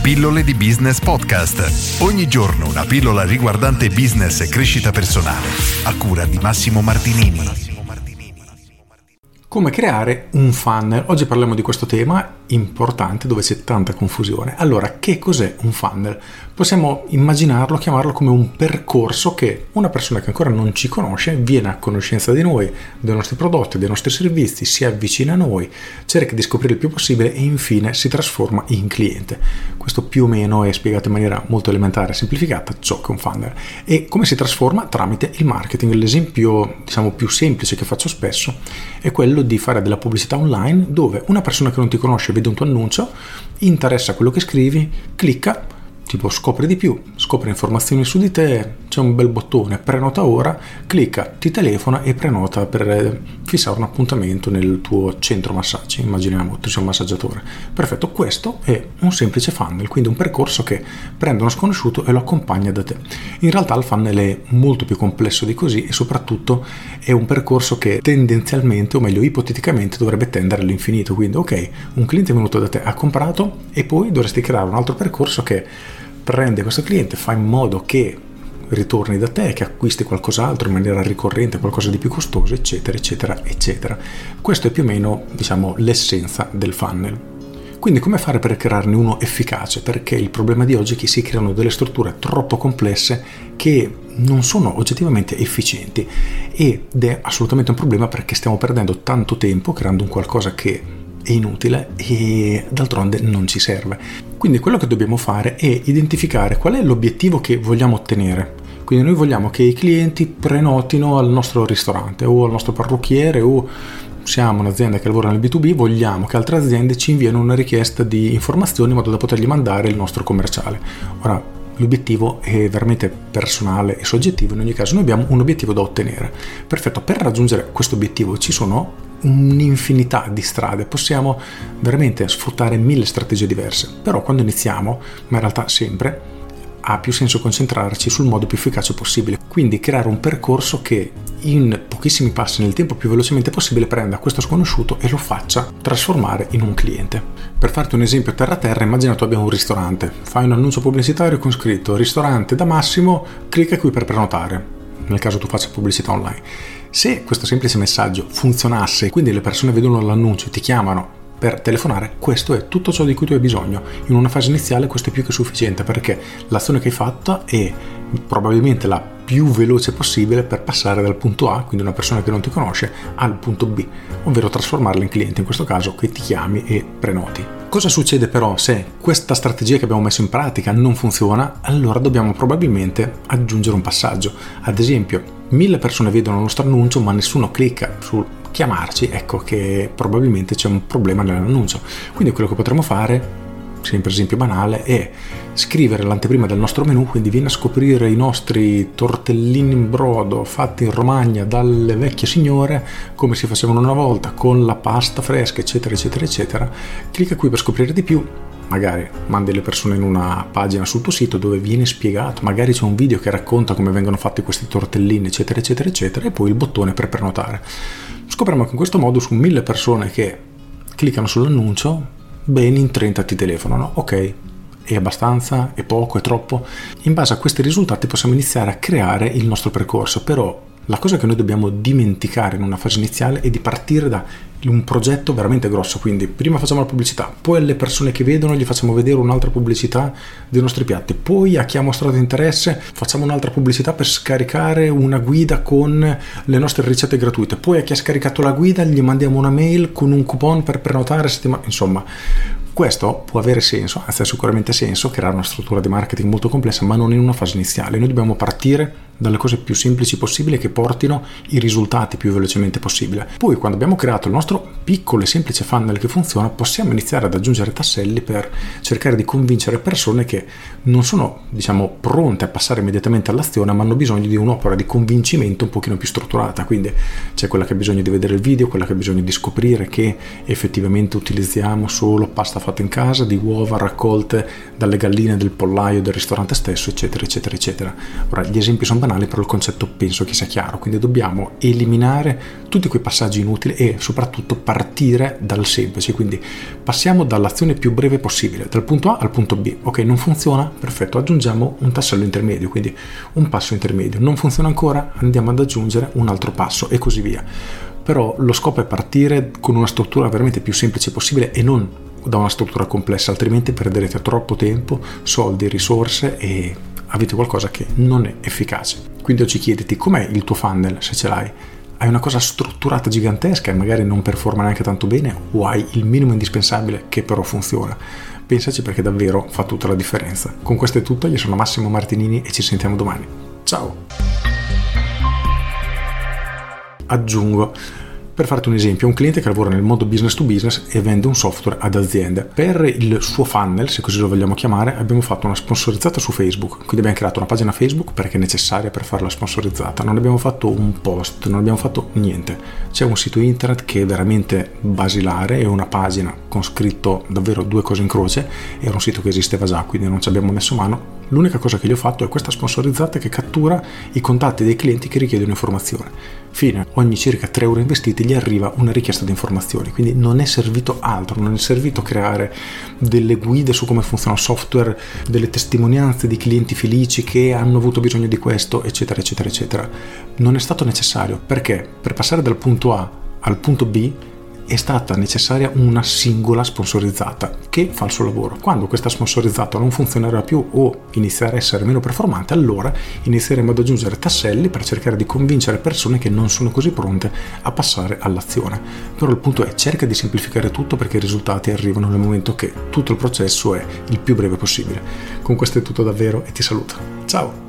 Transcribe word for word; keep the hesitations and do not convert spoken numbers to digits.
Pillole di Business Podcast. Ogni giorno una pillola riguardante business e crescita personale. A cura di Massimo Martinini. Come creare un funnel? Oggi parliamo di questo tema importante dove c'è tanta confusione. Allora, che cos'è un funnel? Possiamo immaginarlo, chiamarlo come un percorso che una persona che ancora non ci conosce viene a conoscenza di noi, dei nostri prodotti, dei nostri servizi, si avvicina a noi, cerca di scoprire il più possibile e infine si trasforma in cliente. Questo più o meno è spiegato in maniera molto elementare e semplificata ciò che è un funnel. E come si trasforma? Tramite il marketing. L'esempio, diciamo, più semplice che faccio spesso è quello di fare della pubblicità online dove una persona che non ti conosce vede un tuo annuncio, interessa quello che scrivi, clicca, tipo scopri di più, scopre informazioni su di te, c'è un bel bottone prenota ora, clicca, ti telefona e prenota per fissare un appuntamento nel tuo centro massaggi. Immaginiamo tu sei un massaggiatore. Perfetto, questo è un semplice funnel, quindi un percorso che prende uno sconosciuto e lo accompagna da te. In realtà il funnel è molto più complesso di così e soprattutto è un percorso che tendenzialmente, o meglio ipoteticamente, dovrebbe tendere all'infinito. Quindi ok, un cliente è venuto da te, ha comprato e poi dovresti creare un altro percorso che prende questo cliente, fa in modo che ritorni da te, che acquisti qualcos'altro in maniera ricorrente, qualcosa di più costoso, eccetera, eccetera, eccetera. Questo è più o meno, diciamo, l'essenza del funnel. Quindi come fare per crearne uno efficace? Perché il problema di oggi è che si creano delle strutture troppo complesse che non sono oggettivamente efficienti ed è assolutamente un problema perché stiamo perdendo tanto tempo creando un qualcosa che è inutile e d'altronde non ci serve. Quindi quello che dobbiamo fare è identificare qual è l'obiettivo che vogliamo ottenere. Quindi noi vogliamo che i clienti prenotino al nostro ristorante o al nostro parrucchiere, o siamo un'azienda che lavora nel B due B, vogliamo che altre aziende ci inviano una richiesta di informazioni in modo da potergli mandare il nostro commerciale. Ora, l'obiettivo è veramente personale e soggettivo, in ogni caso noi abbiamo un obiettivo da ottenere. Perfetto, per raggiungere questo obiettivo ci sono un'infinità di strade, possiamo veramente sfruttare mille strategie diverse, però quando iniziamo, ma in realtà sempre, ha più senso concentrarci sul modo più efficace possibile, quindi creare un percorso che in pochissimi passi nel tempo più velocemente possibile prenda questo sconosciuto e lo faccia trasformare in un cliente. Per farti un esempio terra terra, immagina tu abbia un ristorante, fai un annuncio pubblicitario con scritto ristorante da Massimo, clicca qui per prenotare, nel caso tu faccia pubblicità online. Se questo semplice messaggio funzionasse, quindi le persone vedono l'annuncio e ti chiamano per telefonare, questo è tutto ciò di cui tu hai bisogno. In una fase iniziale questo è più che sufficiente perché l'azione che hai fatto è probabilmente la più veloce possibile per passare dal punto A, quindi una persona che non ti conosce, al punto B, ovvero trasformarla in cliente, in questo caso che ti chiami e prenoti. Cosa succede però se questa strategia che abbiamo messo in pratica non funziona? Allora dobbiamo probabilmente aggiungere un passaggio. Ad esempio, mille persone vedono il nostro annuncio ma nessuno clicca sul chiamarci, ecco che probabilmente c'è un problema nell'annuncio. Quindi quello che potremmo fare, sempre esempio banale, è scrivere l'anteprima del nostro menù, quindi vieni a scoprire i nostri tortellini in brodo fatti in Romagna dalle vecchie signore come si facevano una volta con la pasta fresca, eccetera eccetera eccetera. Clicca qui per scoprire di più, magari mandi le persone in una pagina sul tuo sito dove viene spiegato, magari c'è un video che racconta come vengono fatti questi tortellini, eccetera eccetera eccetera, e poi il bottone per prenotare. Scopriamo che in questo modo su mille persone che cliccano sull'annuncio, ben in trenta ti telefonano. Ok, è abbastanza? È poco? È troppo? In base a questi risultati possiamo iniziare a creare il nostro percorso, però la cosa che noi dobbiamo dimenticare in una fase iniziale è di partire da un progetto veramente grosso, quindi prima facciamo la pubblicità, poi alle persone che vedono gli facciamo vedere un'altra pubblicità dei nostri piatti, poi a chi ha mostrato interesse facciamo un'altra pubblicità per scaricare una guida con le nostre ricette gratuite, poi a chi ha scaricato la guida gli mandiamo una mail con un coupon per prenotare settimana. Insomma, questo può avere senso, anzi ha sicuramente senso creare una struttura di marketing molto complessa, ma non in una fase iniziale. Noi dobbiamo partire dalle cose più semplici possibili che portino i risultati più velocemente possibile. Poi quando abbiamo creato il nostro piccolo e semplice funnel che funziona, possiamo iniziare ad aggiungere tasselli per cercare di convincere persone che non sono, diciamo, pronte a passare immediatamente all'azione, ma hanno bisogno di un'opera di convincimento un pochino più strutturata. Quindi c'è quella che ha bisogno di vedere il video, quella che ha bisogno di scoprire che effettivamente utilizziamo solo pasta fatto in casa, di uova raccolte dalle galline del pollaio del ristorante stesso, eccetera eccetera eccetera. Ora, gli esempi sono banali, però il concetto penso che sia chiaro, quindi dobbiamo eliminare tutti quei passaggi inutili e soprattutto partire dal semplice. Quindi passiamo dall'azione più breve possibile, dal punto A al punto B. Ok, non funziona? Perfetto, aggiungiamo un tassello intermedio, quindi un passo intermedio. Non funziona ancora? Andiamo ad aggiungere un altro passo e così via. Però lo scopo è partire con una struttura veramente più semplice possibile e non da una struttura complessa, altrimenti perderete troppo tempo, soldi, risorse e avete qualcosa che non è efficace. Quindi oggi chiediti com'è il tuo funnel, se ce l'hai. Hai una cosa strutturata gigantesca e magari non performa neanche tanto bene, o hai il minimo indispensabile che però funziona? Pensaci, perché davvero fa tutta la differenza. Con questo è tutto, io sono Massimo Martinini e ci sentiamo domani. Ciao! Aggiungo, per farti un esempio, un cliente che lavora nel mondo business to business e vende un software ad aziende. Per il suo funnel, se così lo vogliamo chiamare, abbiamo fatto una sponsorizzata su Facebook, quindi abbiamo creato una pagina Facebook perché è necessaria per fare la sponsorizzata. Non abbiamo fatto un post, non abbiamo fatto niente. C'è un sito internet che è veramente basilare e una pagina con scritto davvero due cose in croce. Era un sito che esisteva già, quindi non ci abbiamo messo mano. L'unica cosa che gli ho fatto è questa sponsorizzata che cattura i contatti dei clienti che richiedono informazione. Fine, ogni circa tre euro investiti gli arriva una richiesta di informazioni, quindi non è servito altro, non è servito creare delle guide su come funziona il software, delle testimonianze di clienti felici che hanno avuto bisogno di questo, eccetera eccetera eccetera. Non è stato necessario, perché per passare dal punto A al punto B è stata necessaria una singola sponsorizzata che fa il suo lavoro. Quando questa sponsorizzata non funzionerà più o inizierà a essere meno performante, allora inizieremo ad aggiungere tasselli per cercare di convincere persone che non sono così pronte a passare all'azione. Però il punto è: cerca di semplificare tutto, perché i risultati arrivano nel momento che tutto il processo è il più breve possibile. Con questo è tutto davvero e ti saluto. Ciao!